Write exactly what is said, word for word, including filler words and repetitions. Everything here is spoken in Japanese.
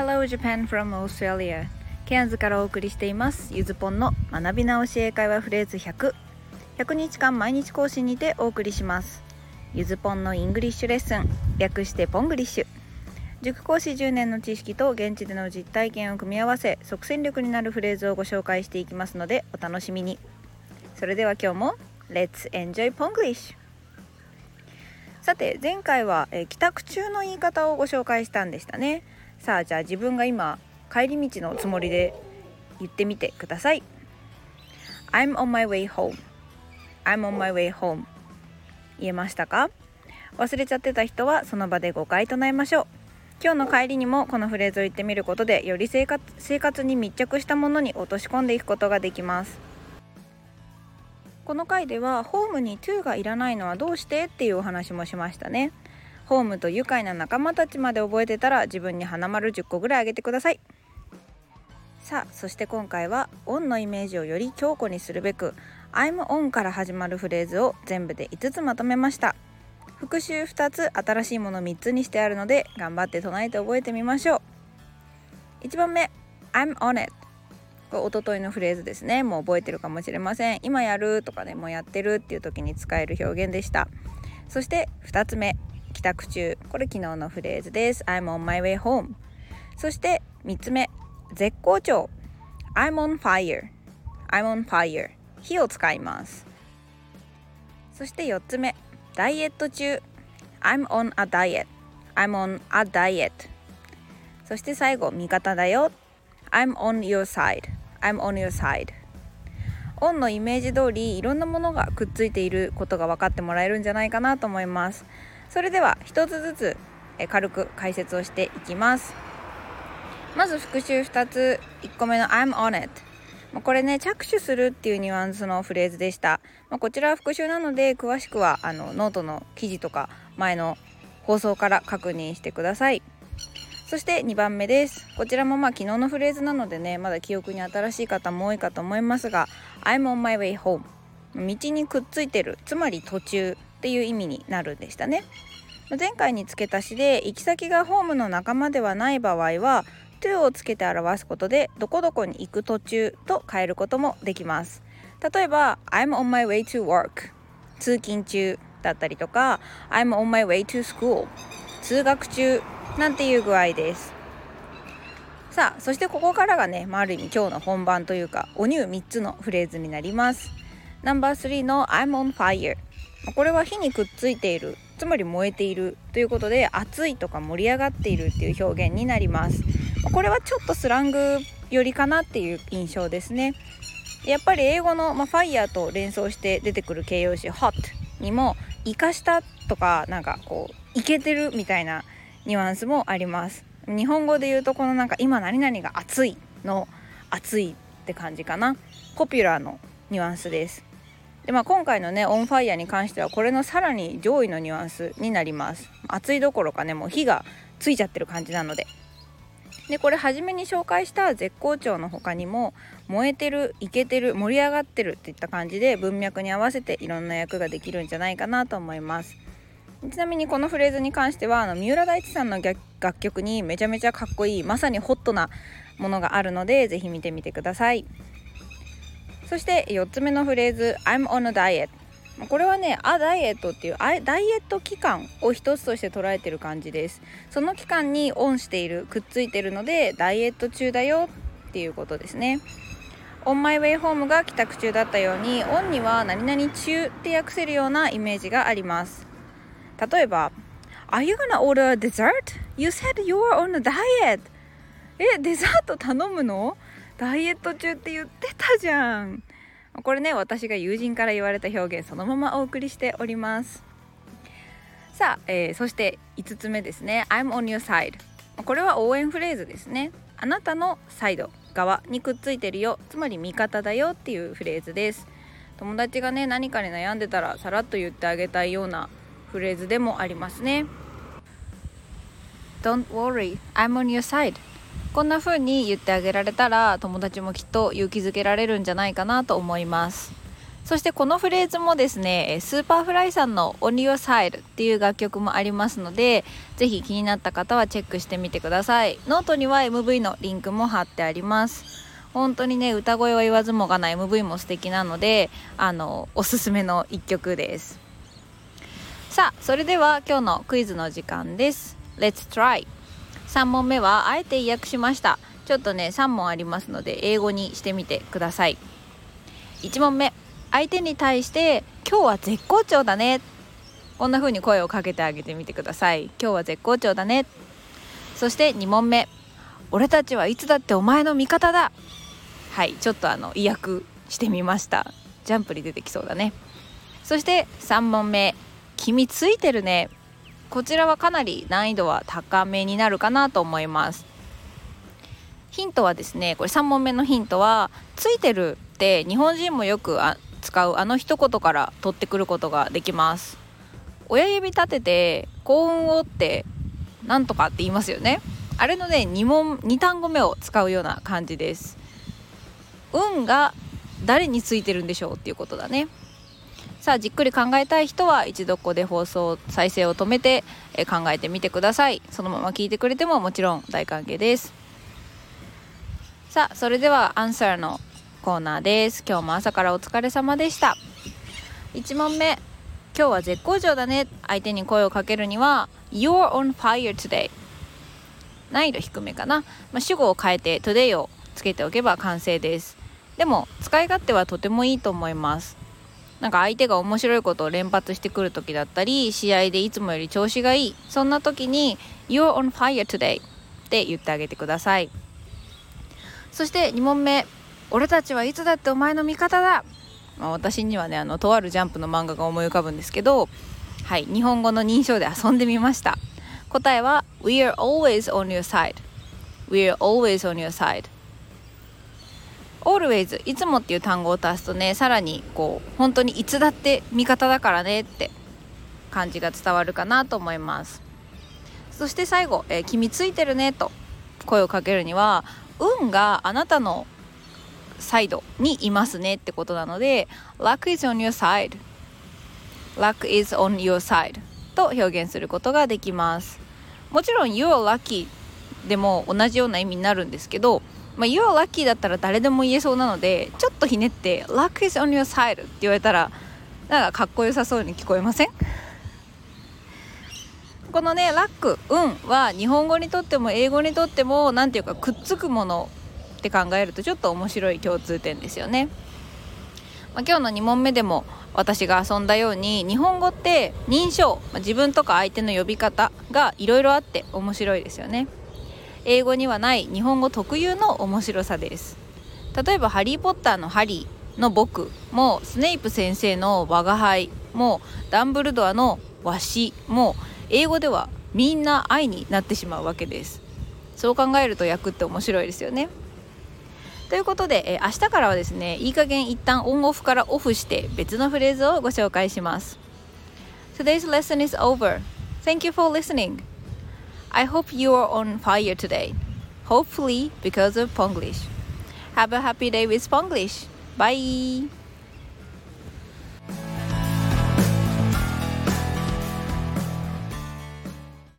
Hello Japan from Australia。 ケアンズからお送りしていますゆずぽんの学び直し英会話フレーズひゃく。ひゃくにちかん毎日更新にてお送りします。ゆずぽんのイングリッシュレッスン、略してポングリッシュ。塾講師じゅうねんの知識と現地での実体験を組み合わせ、即戦力になるフレーズをご紹介していきますのでお楽しみに。それでは今日も Let's enjoy Ponglish。 さて前回は、えー、帰宅中の言い方をご紹介したんでしたね。さあじゃあ自分が今帰り道のつもりで言ってみてください。 I'm on my way home。 I'm on my way home 言えましたか？忘れちゃってた人はその場でごかい唱えましょう。今日の帰りにもこのフレーズを言ってみることで、より生活、生活に密着したものに落とし込んでいくことができます。この回ではホームに to がいらないのはどうしてっていうお話もしましたね。ホームと愉快な仲間たちまで覚えてたら自分に花丸じゅっこぐらいあげてください。さあそして今回は on のイメージをより強固にするべく I'm on から始まるフレーズを全部でいつつまとめました。復習ふたつ、新しいものみっつにしてあるので頑張って唱えて覚えてみましょう。いちばんめ I'm on it。 これ一昨日のフレーズですね。もう覚えてるかもしれません。今やるとかね、もうやってるっていう時に使える表現でした。そしてふたつめ帰宅中、これ昨日のフレーズです。 I'm on my way home。 そしてみっつめ絶好調、 I'm on fire。 I'm on fire、 火を使います。そしてよっつめダイエット中、 I'm on a diet。 I'm on a diet。 そして最後味方だよ、 I'm on your side。 I'm on your side。 オンのイメージ通りいろんなものがくっついていることが分かってもらえるんじゃないかなと思います。それでは一つずつ軽く解説をしていきます。まず復習ふたつ。いっこめの I'm on it、これね着手するっていうニュアンスのフレーズでした。まあ、こちらは復習なので詳しくはあのノートの記事とか前の放送から確認してください。そしてにばんめです。こちらもまあ昨日のフレーズなのでね、まだ記憶に新しい方も多いかと思いますが I'm on my way home、 道にくっついてる、つまり途中っていう意味になるんでしたね。前回に付け足しで行き先がホームの仲間ではない場合はto をつけて表すことでどこどこに行く途中と変えることもできます。例えば I'm on my way to work、 通勤中だったりとか I'm on my way to school、 通学中なんていう具合です。さあそしてここからがね、まあ、ある意味今日の本番というかおニューみっつのフレーズになります。ナンバースリーの I'm on fire、 これは火にくっついている、つまり燃えているということで熱いとか盛り上がっているっていう表現になります。これはちょっとスラング寄りかなっていう印象ですね。やっぱり英語の、まあ、ファイヤーと連想して出てくる形容詞 hot にも生かしたとかなんかこうイケてるみたいなニュアンスもあります。日本語で言うとこのなんか今何々が熱いの熱いって感じかな。ポピュラーのニュアンスです。で、まあ、今回のねオンファイヤーに関してはこれのさらに上位のニュアンスになります。熱いどころかね、もう火がついちゃってる感じなので。でこれ初めに紹介した絶好調の他にも燃えてる、イケてる、盛り上がってるっていった感じで文脈に合わせていろんな役ができるんじゃないかなと思います。ちなみにこのフレーズに関してはあの三浦大知さんの楽曲にめちゃめちゃかっこいい、まさにホットなものがあるのでぜひ見てみてください。そしてよっつめのフレーズ I'm on a diet、これはねアダイエットっていうダイエット期間を一つとして捉えてる感じです。その期間にオンしている、くっついてるのでダイエット中だよっていうことですね。 On my way home が帰宅中だったように On には何々中って訳せるようなイメージがあります。例えば Are you gonna order a dessert? You said you were on a diet。 え、デザート頼むの？ダイエット中って言ってたじゃん。これね私が友人から言われた表現そのままお送りしております。さあ、えー、そしていつつめですね I'm on your side。 これは応援フレーズですね。あなたのサイド側にくっついてるよ、つまり味方だよっていうフレーズです。友達がね何かに悩んでたらさらっと言ってあげたいようなフレーズでもありますね。 Don't worry, I'm on your side。こんな風に言ってあげられたら友達もきっと勇気づけられるんじゃないかなと思います。 そしてこのフレーズもですね、スーパーフライさんの On Your Side っていう楽曲もありますので、ぜひ気になった方はチェックしてみてください。ノートには エムブイ のリンクも貼ってあります。本当にね、歌声は言わずもがな エムブイ も素敵なので、あのおすすめの一曲です。さあ、それでは今日のクイズの時間です。 Let's try。 さん問目はあえて意訳しました。ちょっとねさん問ありますので英語にしてみてください。いち問目、相手に対して今日は絶好調だね、こんな風に声をかけてあげてみてください。今日は絶好調だね。そしてに問目、俺たちはいつだってお前の味方だ。はい、ちょっとあの意訳してみました。ジャンプに出てきそうだね。そしてさん問目、君ついてるね。こちらはかなり難易度は高めになるかなと思います。ヒントはですね、これさん問目のヒントは、ついてるって日本人もよくあ使うあの一言から取ってくることができます。親指立てて幸運をってなんとかって言いますよね。あれのね 2, 問に単語目を使うような感じです。運が誰についてるんでしょうっていうことだね。さあ、じっくり考えたい人は一度ここで放送再生を止めてえ考えてみてください。そのまま聞いてくれてももちろん大歓迎です。さあ、それではアンサーのコーナーです。今日も朝からお疲れ様でした。いち問目、今日は絶好調だね。相手に声をかけるには You're on fire today。 難易度低めかな、まあ、主語を変えて today をつけておけば完成です。でも使い勝手はとてもいいと思います。なんか相手が面白いことを連発してくる時だったり、試合でいつもより調子がいい、そんな時に You're on fire today って言ってあげてください。そしてに問目、俺たちはいつだってお前の味方だ。まあ、私にはねあのとあるジャンプの漫画が思い浮かぶんですけど、はい、日本語の認証で遊んでみました。答えは We're always on your side。 We're always on your side。 always いつもっていう単語を足すとね、さらにこう本当にいつだって味方だからねって感じが伝わるかなと思います。そして最後、えー、君ついてるねと声をかけるには、運があなたのサイドにいますねってことなので Luck is on your side。 Luck is on your side と表現することができます。もちろん You're lucky でも同じような意味になるんですけど、まあ、You're lucky だったら誰でも言えそうなので、ちょっとひねって Luck is on your side って言われたらなんかかっこよさそうに聞こえません？このね、ラック、運は日本語にとっても英語にとってもなんていうかくっつくものって考えるとちょっと面白い共通点ですよね。まあ、今日のに問目でも私が遊んだように、日本語って認証、まあ、自分とか相手の呼び方がいろいろあって面白いですよね。英語にはない日本語特有の面白さです。例えばハリーポッターのハリーの僕も、スネイプ先生の我が輩も、ダンブルドアのわしも英語ではみんな愛になってしまうわけです。そう考えると訳って面白いですよね。ということで、えー、明日からはですね、いい加減一旦オンオフからオフして別のフレーズをご紹介します。 Today's lesson is over. Thank you for listening. I hope you are on fire today. Hopefully because of Ponglish. Have a happy day with Ponglish. Bye!